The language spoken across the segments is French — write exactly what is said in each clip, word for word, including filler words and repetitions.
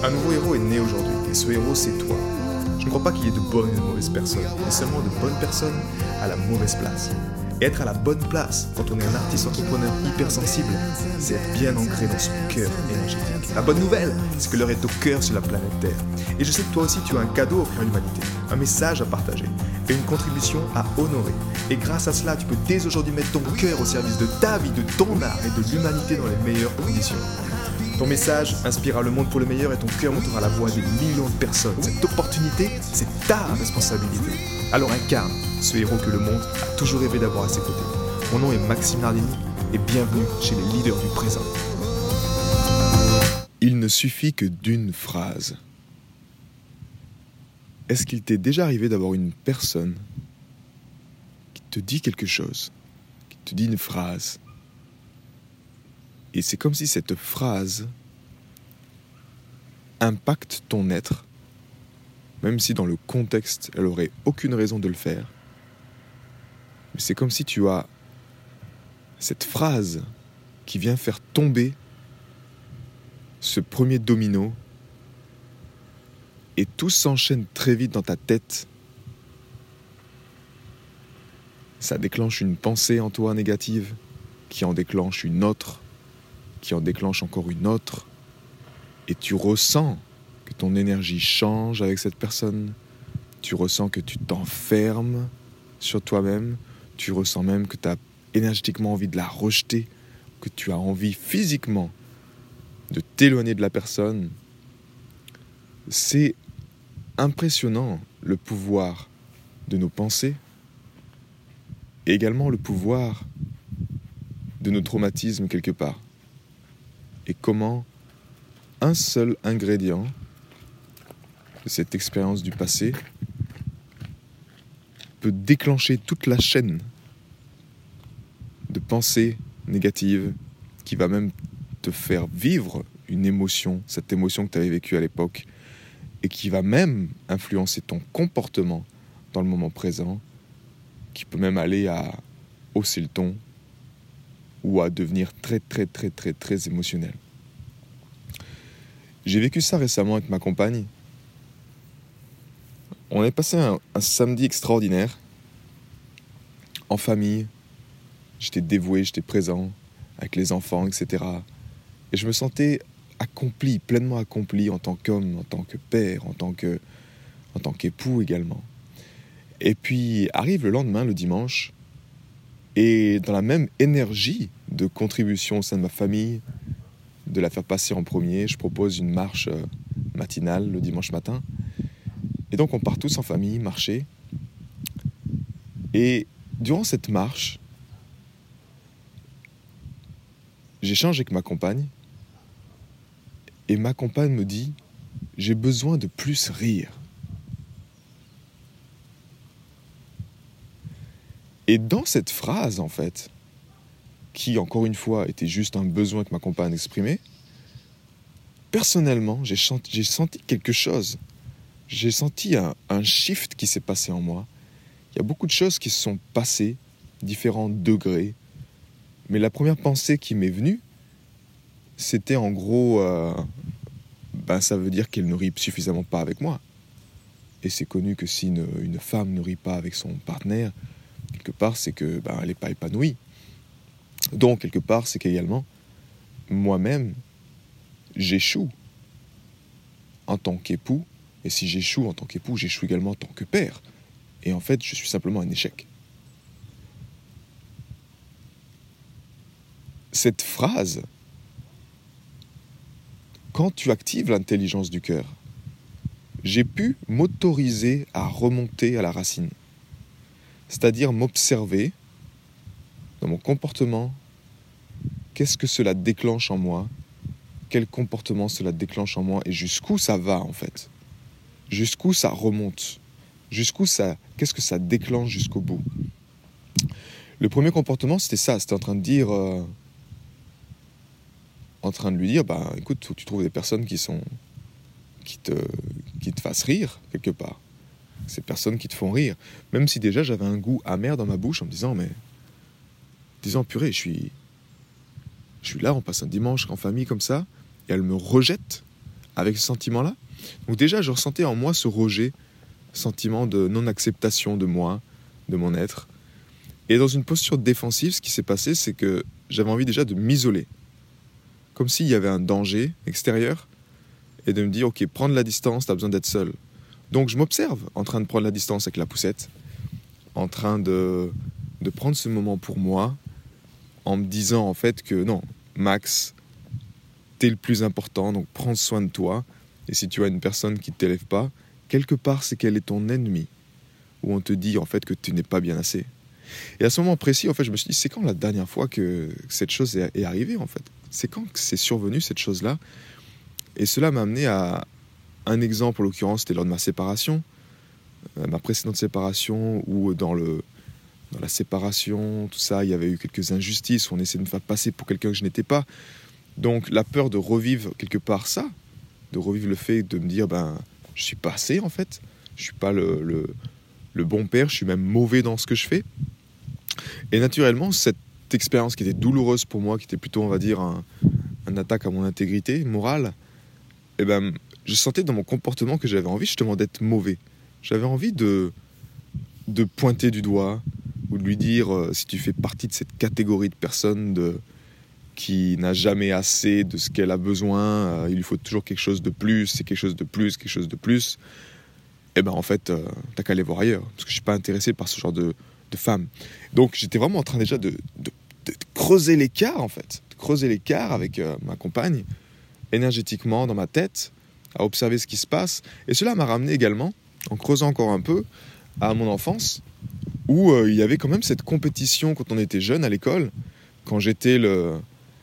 Un nouveau héros est né aujourd'hui, et ce héros, c'est toi. Je ne crois pas qu'il y ait de bonnes et de mauvaises personnes, mais seulement de bonnes personnes à la mauvaise place. Et être à la bonne place, quand on est un artiste entrepreneur hypersensible, c'est être bien ancré dans son cœur énergétique. La bonne nouvelle, c'est que l'heure est au cœur sur la planète Terre. Et je sais que toi aussi, tu as un cadeau à offrir à l'humanité, un message à partager, et une contribution à honorer. Et grâce à cela, tu peux dès aujourd'hui mettre ton cœur au service de ta vie, de ton art et de l'humanité dans les meilleures conditions. Ton message inspirera le monde pour le meilleur et ton cœur montera la voix des millions de personnes. Cette opportunité, c'est ta responsabilité. Alors incarne ce héros que le monde a toujours rêvé d'avoir à ses côtés. Mon nom est Maxime Nardini et bienvenue chez les leaders du présent. Il ne suffit que d'une phrase. Est-ce qu'il t'est déjà arrivé d'avoir une personne qui te dit quelque chose, qui te dit une phrase, et c'est comme si cette phrase impacte ton être, même si dans le contexte, elle n'aurait aucune raison de le faire. Mais c'est comme si tu as cette phrase qui vient faire tomber ce premier domino et tout s'enchaîne très vite dans ta tête. Ça déclenche une pensée en toi négative qui en déclenche une autre, qui en déclenche encore une autre, et tu ressens que ton énergie change avec cette personne, tu ressens que tu t'enfermes sur toi-même, tu ressens même que tu as énergétiquement envie de la rejeter, que tu as envie physiquement de t'éloigner de la personne. C'est impressionnant le pouvoir de nos pensées, et également le pouvoir de nos traumatismes quelque part. Et comment un seul ingrédient de cette expérience du passé peut déclencher toute la chaîne de pensées négatives qui va même te faire vivre une émotion, cette émotion que tu avais vécue à l'époque, et qui va même influencer ton comportement dans le moment présent, qui peut même aller à hausser le ton ou à devenir très très très très très émotionnel. J'ai vécu ça récemment avec ma compagne. On est passé un, un samedi extraordinaire, en famille. J'étais dévoué, j'étais présent, avec les enfants, et cetera. Et je me sentais accompli, pleinement accompli en tant qu'homme, en tant que père, en tant que, en tant qu'époux également. Et puis arrive le lendemain, le dimanche, et dans la même énergie de contribution au sein de ma famille, de la faire passer en premier, je propose une marche matinale le dimanche matin. Et donc on part tous en famille marcher. Et durant cette marche, j'échange avec ma compagne. Et ma compagne me dit « J'ai besoin de plus rire ». Et dans cette phrase, en fait, qui, encore une fois, était juste un besoin que ma compagne exprimait, personnellement, j'ai, chant- j'ai senti quelque chose. J'ai senti un, un shift qui s'est passé en moi. Il y a beaucoup de choses qui se sont passées, différents degrés. Mais la première pensée qui m'est venue, c'était en gros, euh, ben ça veut dire qu'elle ne rit suffisamment pas avec moi. Et c'est connu que si une, une femme ne rit pas avec son partenaire, quelque part, c'est que ben, elle n'est pas épanouie. Donc, quelque part, c'est qu'également, moi-même, j'échoue en tant qu'époux. Et si j'échoue en tant qu'époux, j'échoue également en tant que père. Et en fait, je suis simplement un échec. Cette phrase, quand tu actives l'intelligence du cœur, j'ai pu m'autoriser à remonter à la racine. C'est-à-dire m'observer dans mon comportement, qu'est-ce que cela déclenche en moi, quel comportement cela déclenche en moi et jusqu'où ça va en fait, jusqu'où ça remonte, jusqu'où ça, qu'est-ce que ça déclenche jusqu'au bout. Le premier comportement c'était ça, c'était en train de dire, euh, en train de lui dire, bah écoute, faut que tu trouves des personnes qui sont, qui te, qui te fassent rire quelque part. Ces personnes qui te font rire, même si déjà j'avais un goût amer dans ma bouche en me disant mais disant purée, je suis je suis là, on passe un dimanche en famille comme ça et elle me rejette avec ce sentiment-là. Donc déjà, je ressentais en moi ce rejet, sentiment de non-acceptation de moi, de mon être. Et dans une posture défensive, ce qui s'est passé, c'est que j'avais envie déjà de m'isoler. Comme s'il y avait un danger extérieur, et de me dire, ok, prendre la distance, t'as besoin d'être seul. Donc je m'observe en train de prendre la distance avec la poussette, en train de, de prendre ce moment pour moi, en me disant en fait que non, Max, t'es le plus important, donc prends soin de toi. Et si tu as une personne qui ne t'élève pas, quelque part c'est qu'elle est ton ennemi, où on te dit en fait que tu n'es pas bien assez. Et à ce moment précis, en fait, je me suis dit, c'est quand la dernière fois que cette chose est, est arrivée en fait? C'est quand que c'est survenu cette chose-là? Et cela m'a amené à un exemple, en l'occurrence, c'était lors de ma séparation, euh, ma précédente séparation, où dans, le, dans la séparation, tout ça, il y avait eu quelques injustices, où on essayait de me faire passer pour quelqu'un que je n'étais pas. Donc la peur de revivre quelque part ça, de revivre le fait de me dire, ben, je suis pas assez en fait, je suis pas le, le, le bon père, je suis même mauvais dans ce que je fais. Et naturellement, cette expérience qui était douloureuse pour moi, qui était plutôt, on va dire, un, un attaque à mon intégrité morale, eh ben, je sentais dans mon comportement que j'avais envie justement d'être mauvais. J'avais envie de, de pointer du doigt, ou de lui dire, euh, si tu fais partie de cette catégorie de personnes de, qui n'a jamais assez de ce qu'elle a besoin, euh, il lui faut toujours quelque chose de plus, c'est quelque chose de plus, quelque chose de plus, eh ben en fait, euh, t'as qu'à aller voir ailleurs, parce que je suis pas intéressé par ce genre de, de femme. Donc j'étais vraiment en train déjà de, de, de creuser l'écart, en fait, de creuser l'écart avec euh, ma compagne, énergétiquement dans ma tête, à observer ce qui se passe. Et cela m'a ramené également, en creusant encore un peu, à mon enfance, où euh, il y avait quand même cette compétition quand on était jeune à l'école, quand j'étais le...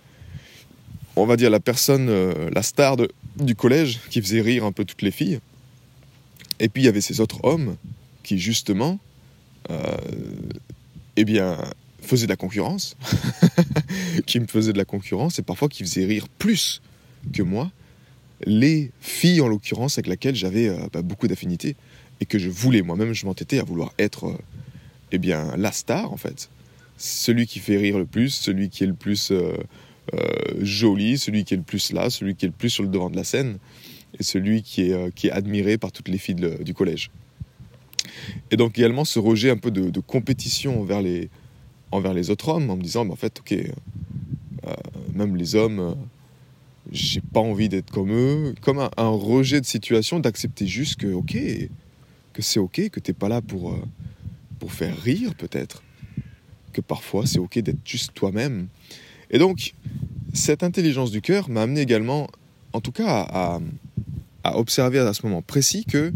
on va dire la personne, euh, la star de, du collège, qui faisait rire un peu toutes les filles. Et puis il y avait ces autres hommes qui justement, euh, eh bien, faisaient de la concurrence, qui me faisaient de la concurrence, et parfois qui faisaient rire plus que moi, les filles en l'occurrence avec lesquelles j'avais euh, bah, beaucoup d'affinité, et que je voulais moi-même, je m'entêtais à vouloir être, euh, eh bien, la star en fait. Celui qui fait rire le plus, celui qui est le plus... Euh, Euh, joli, celui qui est le plus là, celui qui est le plus sur le devant de la scène, et celui qui est, euh, qui est admiré par toutes les filles de, du collège. Et donc également ce rejet un peu de, de compétition envers les, envers les autres hommes, en me disant, bah, en fait, ok, euh, même les hommes, euh, j'ai pas envie d'être comme eux, comme un, un rejet de situation, d'accepter juste que, ok, que c'est ok, que t'es pas là pour, euh, pour faire rire peut-être, que parfois c'est ok d'être juste toi-même. Et donc, cette intelligence du cœur m'a amené également, en tout cas, à, à observer à ce moment précis que,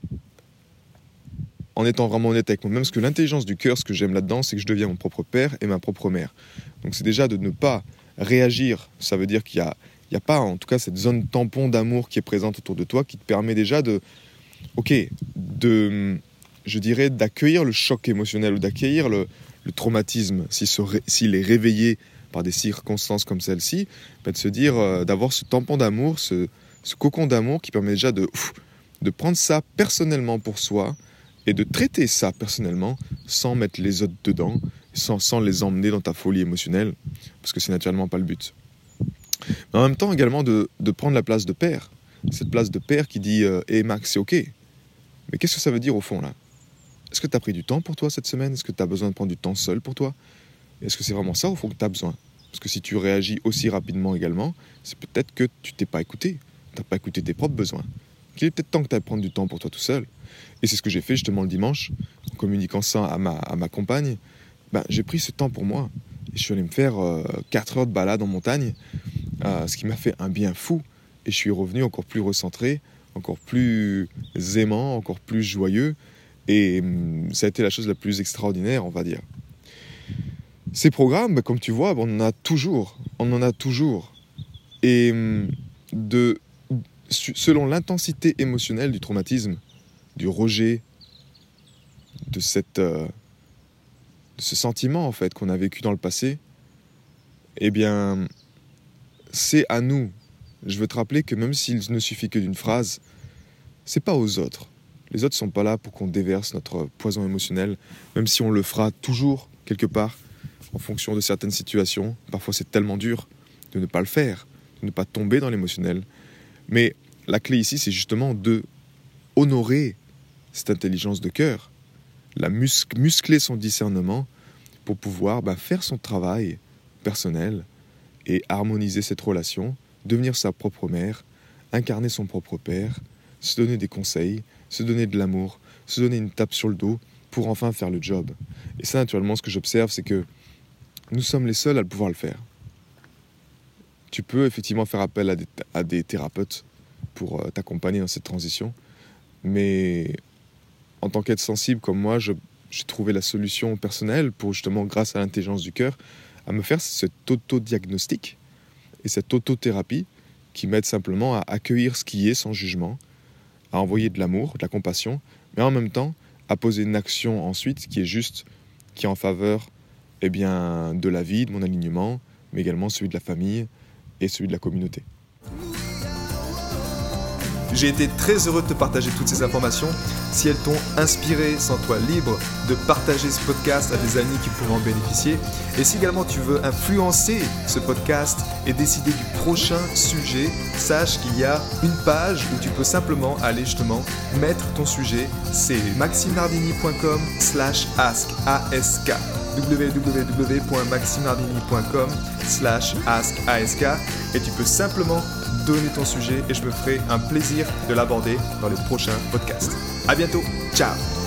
en étant vraiment honnête avec moi-même, parce que l'intelligence du cœur, ce que j'aime là-dedans, c'est que je deviens mon propre père et ma propre mère. Donc c'est déjà de ne pas réagir, ça veut dire qu'il n'y a, il y a pas, en tout cas, cette zone tampon d'amour qui est présente autour de toi, qui te permet déjà de, ok, de, je dirais, d'accueillir le choc émotionnel, ou d'accueillir le, le traumatisme, s'il, se ré, s'il est réveillé par des circonstances comme celle-ci, bah de se dire, euh, d'avoir ce tampon d'amour, ce, ce cocon d'amour qui permet déjà de, ouf, de prendre ça personnellement pour soi et de traiter ça personnellement sans mettre les autres dedans, sans, sans les emmener dans ta folie émotionnelle, parce que c'est naturellement pas le but. Mais en même temps également de, de prendre la place de père, cette place de père qui dit euh, « Hé hey Max, c'est ok ». Mais qu'est-ce que ça veut dire au fond là? Est-ce que tu as pris du temps pour toi cette semaine? Est-ce que tu as besoin de prendre du temps seul pour toi? Est-ce que c'est vraiment ça au fond que tu as besoin? Parce que si tu réagis aussi rapidement également, c'est peut-être que tu t'es pas écouté. Tu n'as pas écouté tes propres besoins. Il est peut-être temps que tu ailles prendre du temps pour toi tout seul. Et c'est ce que j'ai fait justement le dimanche, en communiquant ça à ma, à ma compagne. Ben, j'ai pris ce temps pour moi. Et je suis allé me faire euh, quatre heures de balade en montagne, euh, ce qui m'a fait un bien fou. Et je suis revenu encore plus recentré, encore plus aimant, encore plus joyeux. Et hum, ça a été la chose la plus extraordinaire, on va dire. Ces programmes, bah, comme tu vois, bah, on en a toujours. On en a toujours. Et de, selon l'intensité émotionnelle du traumatisme, du rejet, de, cette, euh, de ce sentiment en fait, qu'on a vécu dans le passé, eh bien, c'est à nous. Je veux te rappeler que même s'il ne suffit que d'une phrase, c'est pas aux autres. Les autres sont pas là pour qu'on déverse notre poison émotionnel, même si on le fera toujours, quelque part, en fonction de certaines situations. Parfois c'est tellement dur de ne pas le faire, de ne pas tomber dans l'émotionnel. Mais la clé ici, c'est justement de honorer cette intelligence de cœur, la mus- muscler son discernement pour pouvoir bah, faire son travail personnel et harmoniser cette relation, devenir sa propre mère, incarner son propre père, se donner des conseils, se donner de l'amour, se donner une tape sur le dos pour enfin faire le job. Et ça, naturellement, ce que j'observe, c'est que nous sommes les seuls à le pouvoir le faire. Tu peux effectivement faire appel à des, à des thérapeutes pour euh, t'accompagner dans cette transition, mais en tant qu'être sensible comme moi, je, j'ai trouvé la solution personnelle pour justement, grâce à l'intelligence du cœur, à me faire cet auto-diagnostic et cette autothérapie qui m'aide simplement à accueillir ce qui est sans jugement, à envoyer de l'amour, de la compassion, mais en même temps à poser une action ensuite qui est juste, qui est en faveur eh bien, de la vie, de mon alignement, mais également celui de la famille et celui de la communauté. J'ai été très heureux de te partager toutes ces informations. Si elles t'ont inspiré, sens-toi libre de partager ce podcast à des amis qui pourraient en bénéficier. Et si également tu veux influencer ce podcast et décider du prochain sujet, sache qu'il y a une page où tu peux simplement aller justement mettre ton sujet. C'est maximnardini.com slash ask, A-S-K. w w w point maximnardini point com slash ask, A-S-K. Et tu peux simplement donner ton sujet et je me ferai un plaisir de l'aborder dans les prochains podcasts. À bientôt, ciao!